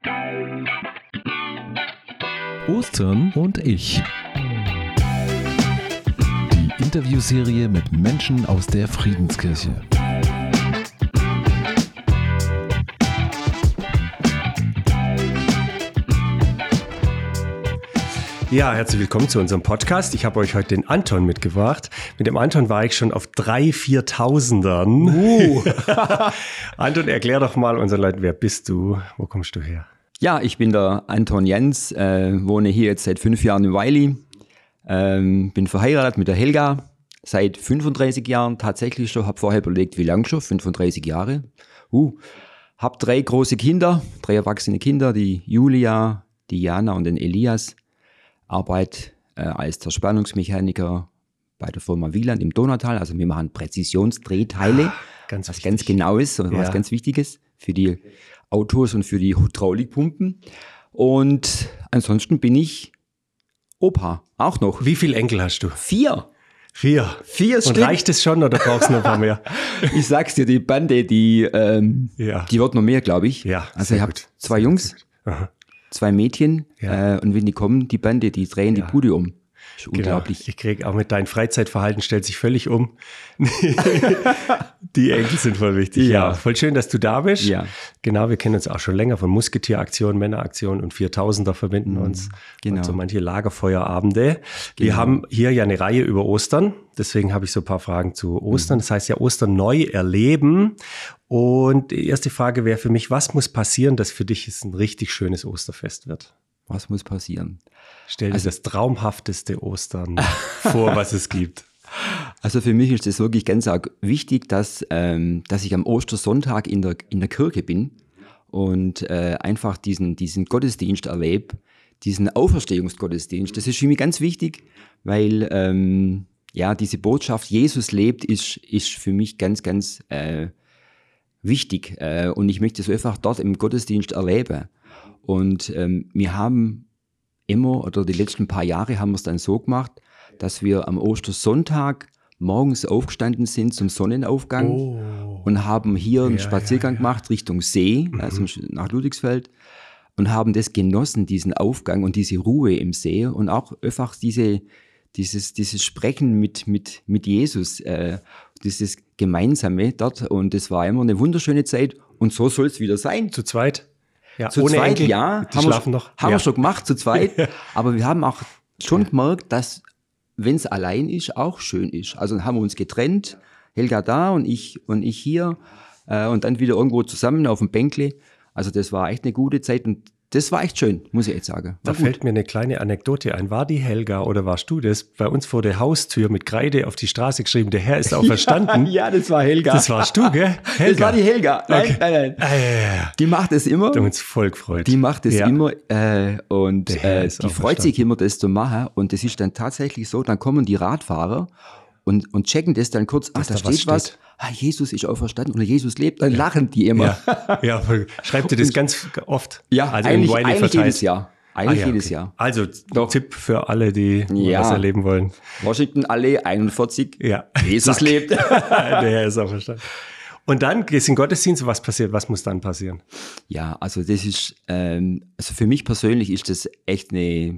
Ostern und ich. Die Interviewserie mit Menschen aus der Friedenskirche. Ja, herzlich willkommen zu unserem Podcast. Ich habe euch heute den Anton mitgebracht. Mit dem Anton war ich schon auf 3.000-4.000ern. Anton, erklär doch mal unseren Leuten, wer bist du? Wo kommst du her? Ja, ich bin der Anton Jens, wohne hier jetzt seit 5 Jahren in Wylie, bin verheiratet mit der Helga, seit 35 Jahren tatsächlich schon, habe vorher überlegt, wie lange schon, 35 Jahre. Habe 3 große Kinder, 3 erwachsene Kinder, die Julia, die Jana und den Elias. Arbeite als Zerspannungsmechaniker bei der Firma Wieland im Donautal. Also wir machen Präzisionsdrehteile, was ganz genau ist und was ganz wichtig ist für die Autos und für die Hydraulikpumpen. Und ansonsten bin ich Opa, auch noch. Wie viele Enkel hast du? 4. 4 Stück. Und reicht es schon oder brauchst du noch ein paar mehr? Ich sag's dir, die Bande, die wird noch mehr, glaube ich. Ja, also ich habe 2 Jungs. 2 Mädchen und wenn die kommen, die Bande, die drehen die Bude um. Das ist unglaublich. Ich kriege auch mit deinem Freizeitverhalten, stellt sich völlig um. Die Enkel sind voll wichtig. Ja, voll schön, dass du da bist. Ja. Genau, wir kennen uns auch schon länger von Musketieraktionen, Männeraktionen und 4.000er verbinden uns. Genau. Und so manche Lagerfeuerabende. Wir haben hier ja eine Reihe über Ostern. Deswegen habe ich so ein paar Fragen zu Ostern. Das heißt ja Ostern neu erleben. Und die erste Frage wäre für mich, was muss passieren, dass für dich es ein richtig schönes Osterfest wird? Was muss passieren? Stell dir das traumhafteste Ostern vor, was es gibt. Also für mich ist es wirklich ganz arg wichtig, dass ich am Ostersonntag in der Kirche bin und einfach diesen Gottesdienst erlebe, diesen Auferstehungsgottesdienst. Das ist für mich ganz wichtig, weil diese Botschaft, Jesus lebt, ist für mich ganz, ganz wichtig. Und ich möchte es einfach dort im Gottesdienst erleben. Und wir haben immer, oder die letzten paar Jahre haben wir es dann so gemacht, dass wir am Ostersonntag morgens aufgestanden sind zum Sonnenaufgang und haben hier einen Spaziergang gemacht Richtung See, also nach Ludwigsfeld, und haben das genossen, diesen Aufgang und diese Ruhe im See und auch einfach dieses Sprechen mit Jesus, dieses Gemeinsame dort, und das war immer eine wunderschöne Zeit und so soll es wieder sein. Zu zweit? Ja, zu zweit, Enkel, ja, haben wir schon gemacht, zu zweit, aber wir haben auch schon gemerkt, dass, wenn es allein ist, auch schön ist. Also dann haben wir uns getrennt, Helga da und ich hier, und dann wieder irgendwo zusammen auf dem Bänkle. Also das war echt eine gute Zeit und das war echt schön, muss ich echt sagen. Da fällt mir eine kleine Anekdote ein. War die Helga oder warst du das? Bei uns vor der Haustür mit Kreide auf die Straße geschrieben, der Herr ist auferstanden. Ja, das war Helga. Das warst du, gell? Helga. Das war die Helga. Nein. Die macht es immer. Wir haben uns voll gefreut. Die macht es immer und die freut sich immer, das zu machen. Und das ist dann tatsächlich so, dann kommen die Radfahrer und checken das dann kurz, da steht was. Jesus ist auferstanden oder Jesus lebt, dann lachen die immer. Ja, schreibt ihr das ganz oft? Ja, also eigentlich jedes Jahr. Jedes Jahr. Also Tipp für alle, die das erleben wollen. Washington Allee 41, Jesus lebt. Der Herr ist auferstanden. Und dann gehst du in den Gottesdienst, was passiert? Was muss dann passieren? Ja, also das ist, also für mich persönlich ist das echt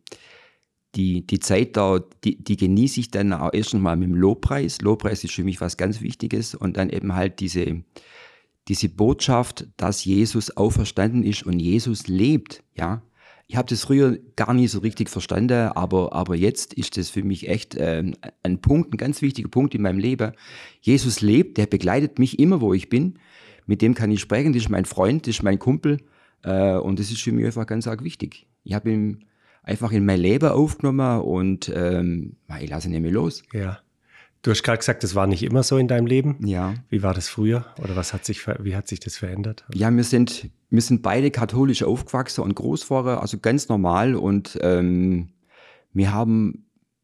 die Zeit da, die genieße ich dann auch erst mal mit dem Lobpreis. Lobpreis ist für mich was ganz Wichtiges und dann eben halt diese Botschaft, dass Jesus auferstanden ist und Jesus lebt, ja. Ich habe das früher gar nicht so richtig verstanden, aber jetzt ist das für mich echt ein ganz wichtiger Punkt in meinem Leben. Jesus lebt, der begleitet mich immer, wo ich bin. Mit dem kann ich sprechen, das ist mein Freund, das ist mein Kumpel und das ist für mich einfach ganz arg wichtig. Ich habe ihn einfach in mein Leben aufgenommen und ich lasse ihn nicht mehr los. Ja. Du hast gerade gesagt, das war nicht immer so in deinem Leben. Ja. Wie war das früher oder wie hat sich das verändert? Ja, wir sind beide katholisch aufgewachsen und groß geworden, also ganz normal und wir haben,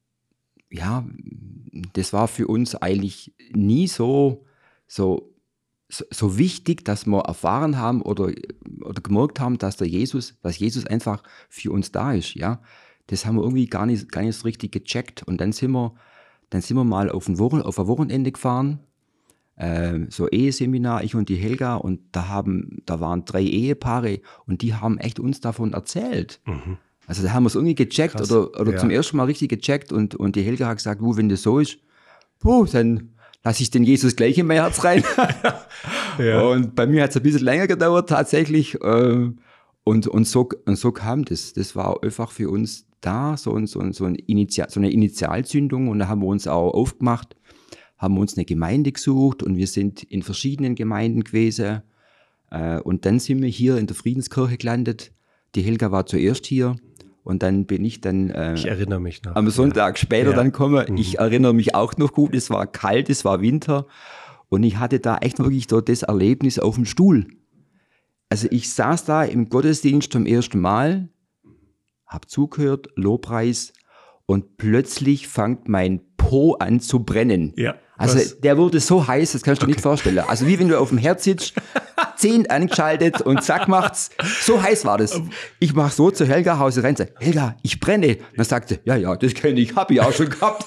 das war für uns eigentlich nie so wichtig, dass wir erfahren haben oder gemerkt haben, dass Jesus einfach für uns da ist, ja. Das haben wir irgendwie gar nicht so richtig gecheckt. Und dann sind wir mal auf ein Wochenende gefahren so Eheseminar, ich und die Helga, und da waren 3 Ehepaare und die haben echt uns davon erzählt. Also da haben wir es irgendwie gecheckt oder zum ersten Mal richtig gecheckt und die Helga hat gesagt, wenn das so ist, dann lasse ich den Jesus gleich in mein Herz rein. Und bei mir hat es ein bisschen länger gedauert tatsächlich. Und so kam das. Das war einfach für uns da, so eine Initialzündung. Und da haben wir uns auch aufgemacht, haben uns eine Gemeinde gesucht und wir sind in verschiedenen Gemeinden gewesen. Und dann sind wir hier in der Friedenskirche gelandet. Die Helga war zuerst hier. Und dann bin ich ich erinnere mich noch. Am Sonntag später dann gekommen. Ich erinnere mich auch noch gut, es war kalt, es war Winter und ich hatte da echt wirklich so das Erlebnis auf dem Stuhl. Also ich saß da im Gottesdienst zum ersten Mal, habe zugehört, Lobpreis und plötzlich fängt mein Po an zu brennen. Ja. Also der wurde so heiß, das kannst du dir nicht vorstellen. Also wie wenn du auf dem Herd sitzt, 10 angeschaltet und zack macht's. So heiß war das. Ich mach so zu Helga Hause rein und sag, Helga, ich brenne. Und dann sagte, ja, das kenne ich, habe ich auch schon gehabt.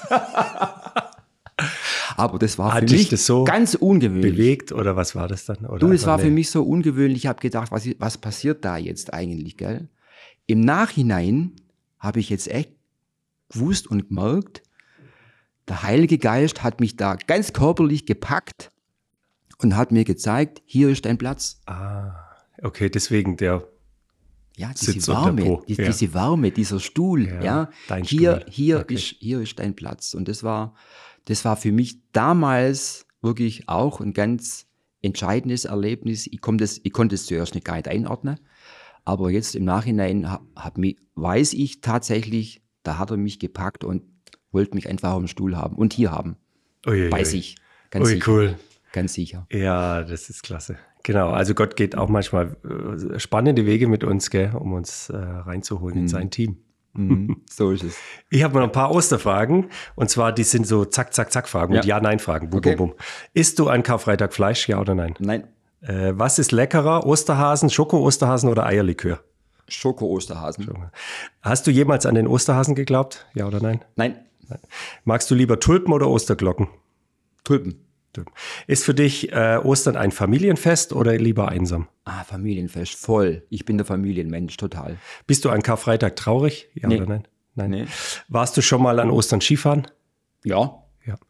Aber das war für mich das so ganz ungewöhnlich. Bewegt oder was war das dann? Oder es war für mich so ungewöhnlich. Ich habe gedacht, was passiert da jetzt eigentlich, gell? Im Nachhinein habe ich jetzt echt gewusst und gemerkt, der Heilige Geist hat mich da ganz körperlich gepackt und hat mir gezeigt, hier ist dein Platz. Okay, deswegen der diese Wärme, diese Wärme, dieser Stuhl, dein hier Stuhl. Hier ist dein Platz. Und das war für mich damals wirklich auch ein ganz entscheidendes Erlebnis. Ich konnte es zuerst gar nicht einordnen, aber jetzt im Nachhinein weiß ich tatsächlich, da hat er mich gepackt und wollte mich einfach auf dem Stuhl haben und hier haben. Weiß ich. Ganz sicher. Cool. Ganz sicher. Ja, das ist klasse. Genau, also Gott geht auch manchmal spannende Wege mit uns, gell, um uns reinzuholen in sein Team. So ist es. Ich habe noch ein paar Osterfragen und zwar, die sind so Zack-Zack-Zack-Fragen und Ja-Nein-Fragen. Bum, bum, bum. Isst du an Karfreitag Fleisch, ja oder nein? Nein. Was ist leckerer, Osterhasen, Schoko-Osterhasen oder Eierlikör? Schoko-Osterhasen. Hast du jemals an den Osterhasen geglaubt, ja oder nein? Nein. Magst du lieber Tulpen oder Osterglocken? Tulpen. Ist für dich Ostern ein Familienfest oder lieber einsam? Familienfest, voll. Ich bin der Familienmensch, total. Bist du an Karfreitag traurig? Ja oder nein? Nein. Nee. Warst du schon mal an Ostern Skifahren? Ja.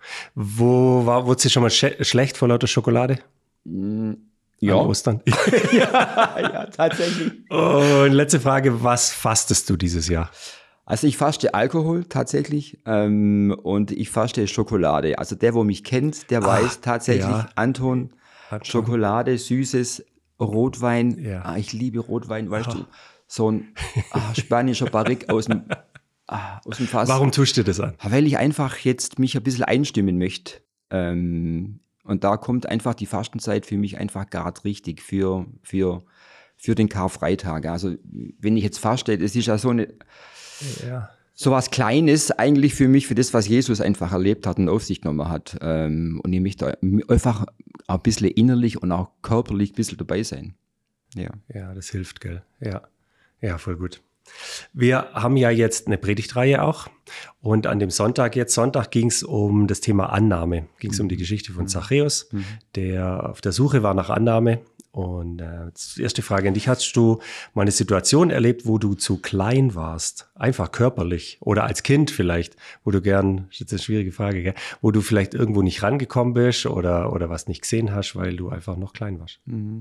Wurde es dir schon mal schlecht vor lauter Schokolade? Ja. An Ostern? ja, tatsächlich. Und letzte Frage, was fastest du dieses Jahr? Also ich faste Alkohol tatsächlich und ich faste Schokolade. Also der, wo mich kennt, der weiß tatsächlich, Anton, Schokolade, Süßes, Rotwein. Ja. Ich liebe Rotwein, weißt du, so ein spanischer Barrique aus dem Fass. Warum tust du das an? Weil ich einfach jetzt mich ein bisschen einstimmen möchte. Und da kommt einfach die Fastenzeit für mich einfach gerade richtig für den Karfreitag. Also wenn ich jetzt faste, das ist ja so eine... So was Kleines eigentlich für mich, für das, was Jesus einfach erlebt hat und auf sich genommen hat. Und ich möchte einfach ein bisschen innerlich und auch körperlich ein bisschen dabei sein. Ja, das hilft, gell? Ja, voll gut. Wir haben ja jetzt eine Predigtreihe auch und an dem Sonntag ging es um das Thema Annahme, ging es um die Geschichte von Zachäus, der auf der Suche war nach Annahme. Und die erste Frage an dich, hast du mal eine Situation erlebt, wo du zu klein warst, einfach körperlich oder als Kind vielleicht, wo du das ist eine schwierige Frage, gell? Wo du vielleicht irgendwo nicht rangekommen bist oder was nicht gesehen hast, weil du einfach noch klein warst?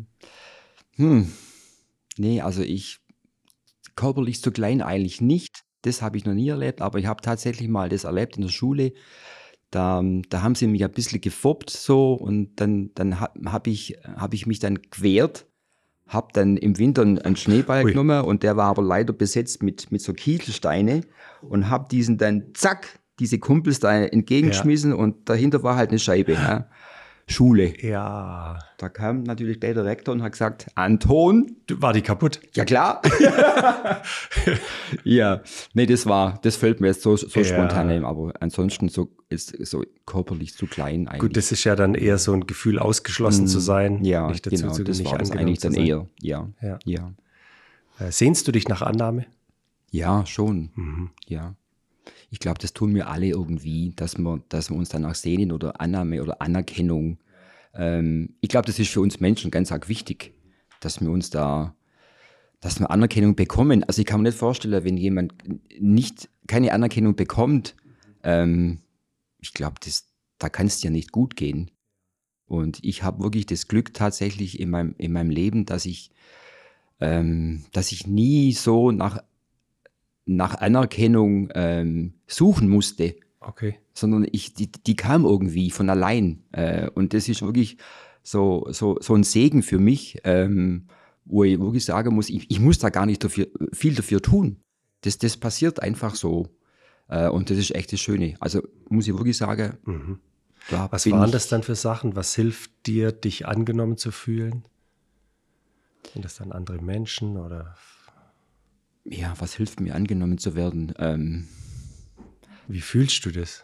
Nee, also ich körperlich zu klein eigentlich nicht, das habe ich noch nie erlebt, aber ich habe tatsächlich mal das erlebt in der Schule. Da haben sie mich ein bisschen gefoppt so und dann hab ich mich dann gewehrt, habe dann im Winter einen Schneeball genommen und der war aber leider besetzt mit so Kieselsteine und habe diesen dann zack, diese Kumpels da entgegengeschmissen und dahinter war halt eine Scheibe. Ja. Schule. Ja. Da kam natürlich der Rektor und hat gesagt, Anton. War die kaputt? Ja, klar. Ja, nee, das fällt mir jetzt so spontan ein, aber ansonsten ist so körperlich zu klein eigentlich. Gut, das ist ja dann eher so ein Gefühl, ausgeschlossen zu sein. Ja, nicht dazu genau, das war das eigentlich dann eher. Ja. Sehnst du dich nach Annahme? Ja, schon. Ja. Ich glaube, das tun wir alle irgendwie, dass wir uns danach sehnen oder Annahme oder Anerkennung. Ich glaube, das ist für uns Menschen ganz arg wichtig, dass wir Anerkennung bekommen. Also ich kann mir nicht vorstellen, wenn jemand keine Anerkennung bekommt, ich glaube, da kann es dir nicht gut gehen. Und ich habe wirklich das Glück tatsächlich in meinem Leben, dass ich nie so nach Anerkennung suchen musste. Okay. Sondern die kam irgendwie von allein. Und das ist wirklich so ein Segen für mich, wo ich wirklich sagen muss, ich muss da gar nicht viel dafür tun. Das passiert einfach so. Und das ist echt das Schöne. Also muss ich wirklich sagen. Mhm. Was waren das dann für Sachen? Was hilft dir, dich angenommen zu fühlen? Sind das dann andere Menschen oder? Ja, was hilft mir, angenommen zu werden? Wie fühlst du das?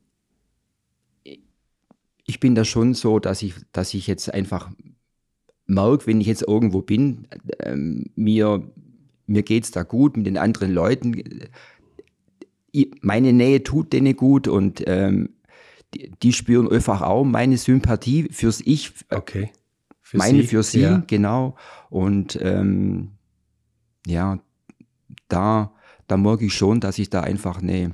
Ich bin da schon so, dass ich jetzt einfach merke, wenn ich jetzt irgendwo bin, mir geht es da gut mit den anderen Leuten. Meine Nähe tut denen gut und die spüren einfach auch meine Sympathie fürs Ich. Okay. Für sie, ja. Genau. Und da merke ich schon, dass ich da einfach eine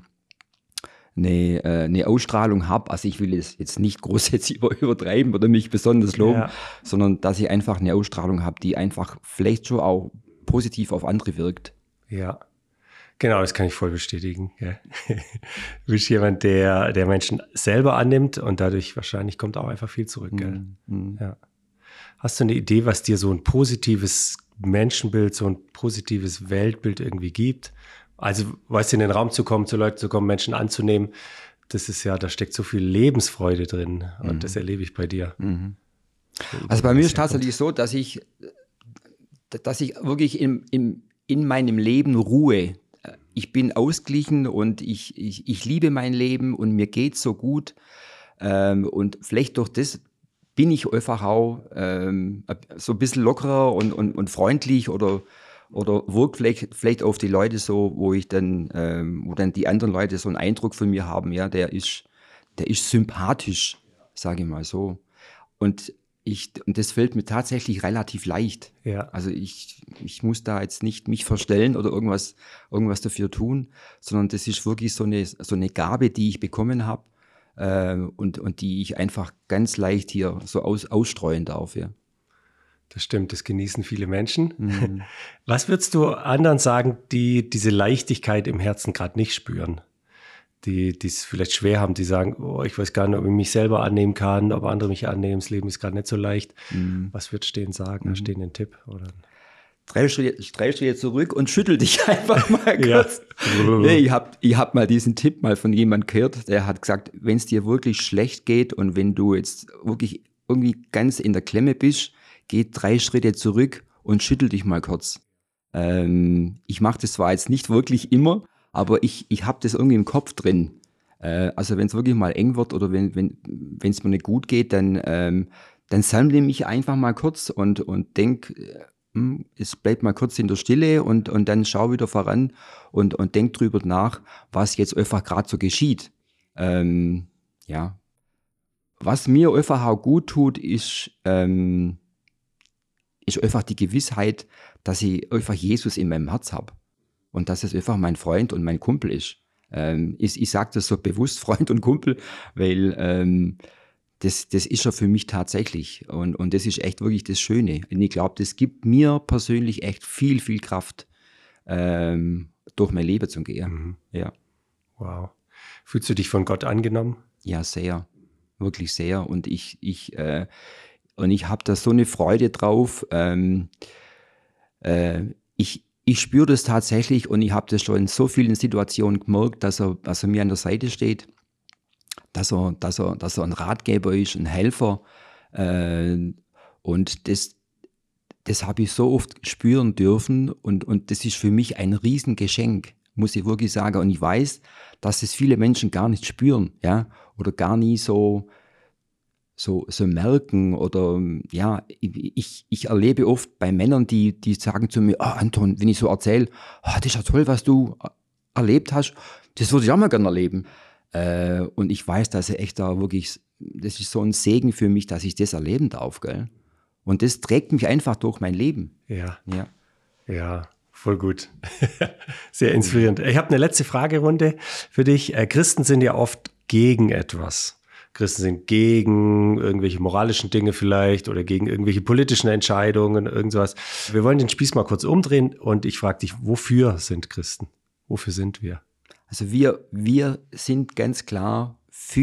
Ausstrahlung habe. Also ich will es jetzt nicht groß jetzt übertreiben oder mich besonders loben, sondern dass ich einfach eine Ausstrahlung habe, die einfach vielleicht schon auch positiv auf andere wirkt. Ja, genau, das kann ich voll bestätigen. Ja. Du bist jemand, der Menschen selber annimmt und dadurch wahrscheinlich kommt auch einfach viel zurück. Gell? Ja. Hast du eine Idee, was dir so ein positives Menschenbild, so ein positives Weltbild irgendwie gibt? Also, weißt du, in den Raum zu kommen, zu Leuten zu kommen, Menschen anzunehmen, das ist ja, da steckt so viel Lebensfreude drin und das erlebe ich bei dir. Mhm. Also bei mir ist tatsächlich so, dass ich wirklich in meinem Leben ruhe. Ich bin ausgeglichen und ich liebe mein Leben und mir geht's so gut. Und vielleicht durch das bin ich einfach auch so ein bisschen lockerer und freundlich oder wirkt vielleicht auf die Leute so, wo dann die anderen Leute so einen Eindruck von mir haben, ja, der ist sympathisch, sage ich mal so. Und das fällt mir tatsächlich relativ leicht. Ja. Also ich muss da jetzt nicht mich verstellen oder irgendwas dafür tun, sondern das ist wirklich so eine Gabe, die ich bekommen habe und die ich einfach ganz leicht hier so ausstreuen darf, ja. Das stimmt, das genießen viele Menschen. Mhm. Was würdest du anderen sagen, die diese Leichtigkeit im Herzen gerade nicht spüren? Die es vielleicht schwer haben, die sagen, oh, ich weiß gar nicht, ob ich mich selber annehmen kann, ob andere mich annehmen, das Leben ist gerade nicht so leicht. Mhm. Was würdest du denen sagen? Hast du denen einen Tipp? Oder? 3 Schritte zurück und schüttel dich einfach mal kurz. Ja. Ich hab mal diesen Tipp mal von jemandem gehört, der hat gesagt, wenn es dir wirklich schlecht geht und wenn du jetzt wirklich irgendwie ganz in der Klemme bist, geh 3 Schritte zurück und schüttel dich mal kurz. Ich mache das zwar jetzt nicht wirklich immer, aber ich habe das irgendwie im Kopf drin. Also wenn es wirklich mal eng wird oder wenn es mir nicht gut geht, dann sammle mich einfach mal kurz und denk, es bleibt mal kurz in der Stille und dann schau wieder voran und denk drüber nach, was jetzt einfach gerade so geschieht. Ja. Was mir einfach auch gut tut, ist einfach die Gewissheit, dass ich einfach Jesus in meinem Herz habe und dass es einfach mein Freund und mein Kumpel ist. Ich sage das so bewusst, Freund und Kumpel, weil das ist er für mich tatsächlich und das ist echt wirklich das Schöne. Und ich glaube, das gibt mir persönlich echt viel, viel Kraft, durch mein Leben zu gehen. Mhm. Ja. Wow. Fühlst du dich von Gott angenommen? Ja, sehr. Wirklich sehr. Und ich habe da so eine Freude drauf. Ich spüre das tatsächlich und ich habe das schon in so vielen Situationen gemerkt, dass er mir an der Seite steht, dass er ein Ratgeber ist, ein Helfer. Und das habe ich so oft spüren dürfen und das ist für mich ein Riesengeschenk, muss ich wirklich sagen. Und ich weiß, dass es viele Menschen gar nicht spüren, ja, oder gar nie so merken oder ja, ich erlebe oft bei Männern, die sagen zu mir, Anton, wenn ich so erzähle, das ist ja toll, was du erlebt hast, das würde ich auch mal gerne erleben. Und ich weiß, dass sie echt da wirklich so ein Segen für mich, dass ich das erleben darf, gell? Und das trägt mich einfach durch mein Leben. Ja, voll gut. Sehr inspirierend. Ich habe eine letzte Fragerunde für dich. Christen sind ja oft gegen etwas. Christen sind gegen irgendwelche moralischen Dinge vielleicht oder gegen irgendwelche politischen Entscheidungen, irgendwas. Wir wollen den Spieß mal kurz umdrehen und ich frage dich, wofür sind Christen? Wofür sind wir? Also wir sind ganz klar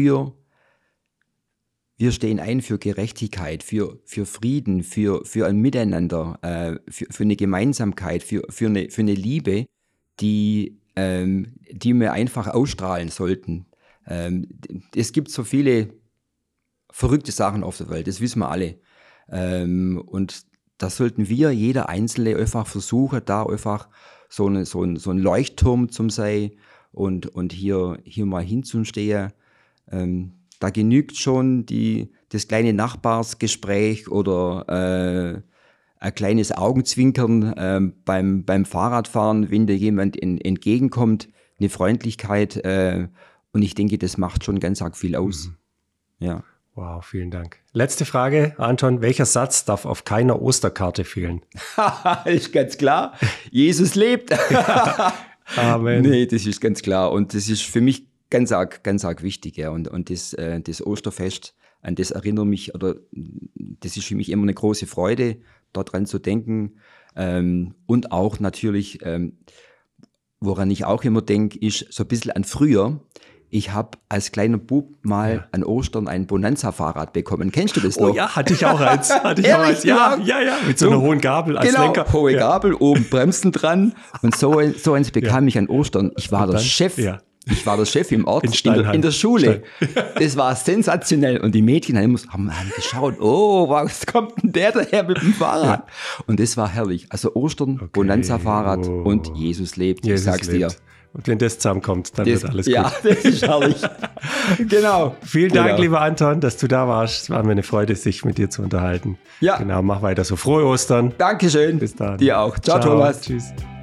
wir stehen ein für Gerechtigkeit, für Frieden, für ein Miteinander, für eine Gemeinsamkeit, für eine Liebe, die wir einfach ausstrahlen sollten. Es gibt so viele verrückte Sachen auf der Welt, das wissen wir alle. Und da sollten wir, jeder Einzelne, einfach versuchen, da einfach so ein Leuchtturm zu sein und hier mal hinzustehen. Da genügt schon das kleine Nachbarsgespräch oder ein kleines Augenzwinkern beim Fahrradfahren, wenn dir jemand entgegenkommt, eine Freundlichkeit. Und ich denke, das macht schon ganz arg viel aus. Ja. Wow, vielen Dank. Letzte Frage, Anton. Welcher Satz darf auf keiner Osterkarte fehlen? Ist ganz klar. Jesus lebt. Amen. Nee, das ist ganz klar. Und das ist für mich ganz arg wichtig. Ja. Und das Osterfest, an das erinnere mich, oder das ist für mich immer eine große Freude, dort dran zu denken. Und auch natürlich, woran ich auch immer denke, ist so ein bisschen an früher. Ich habe als kleiner Bub mal an Ostern ein Bonanza-Fahrrad bekommen. Kennst du das noch? Oh ja, hatte ich auch eins. Ja. Mit so einer hohen Gabel als Lenker. Hohe Gabel, oben Bremsen dran. Und so eins bekam ich an Ostern. Ich war der Chef. Ja. Ich war der Chef im Ort, in der Schule. Das war sensationell. Und die Mädchen haben geschaut, oh, was kommt denn der daher mit dem Fahrrad? Und das war herrlich. Also Ostern, Bonanza-Fahrrad und Jesus lebt, ich sag's dir. Und wenn das zusammenkommt, dann wird alles gut. Ja, das ist herrlich. Genau. Vielen Dank, lieber Anton, dass du da warst. Es war mir eine Freude, sich mit dir zu unterhalten. Ja. Genau, mach weiter so. Frohe Ostern. Dankeschön. Bis dann. Dir auch. Ciao, Thomas. Tschüss.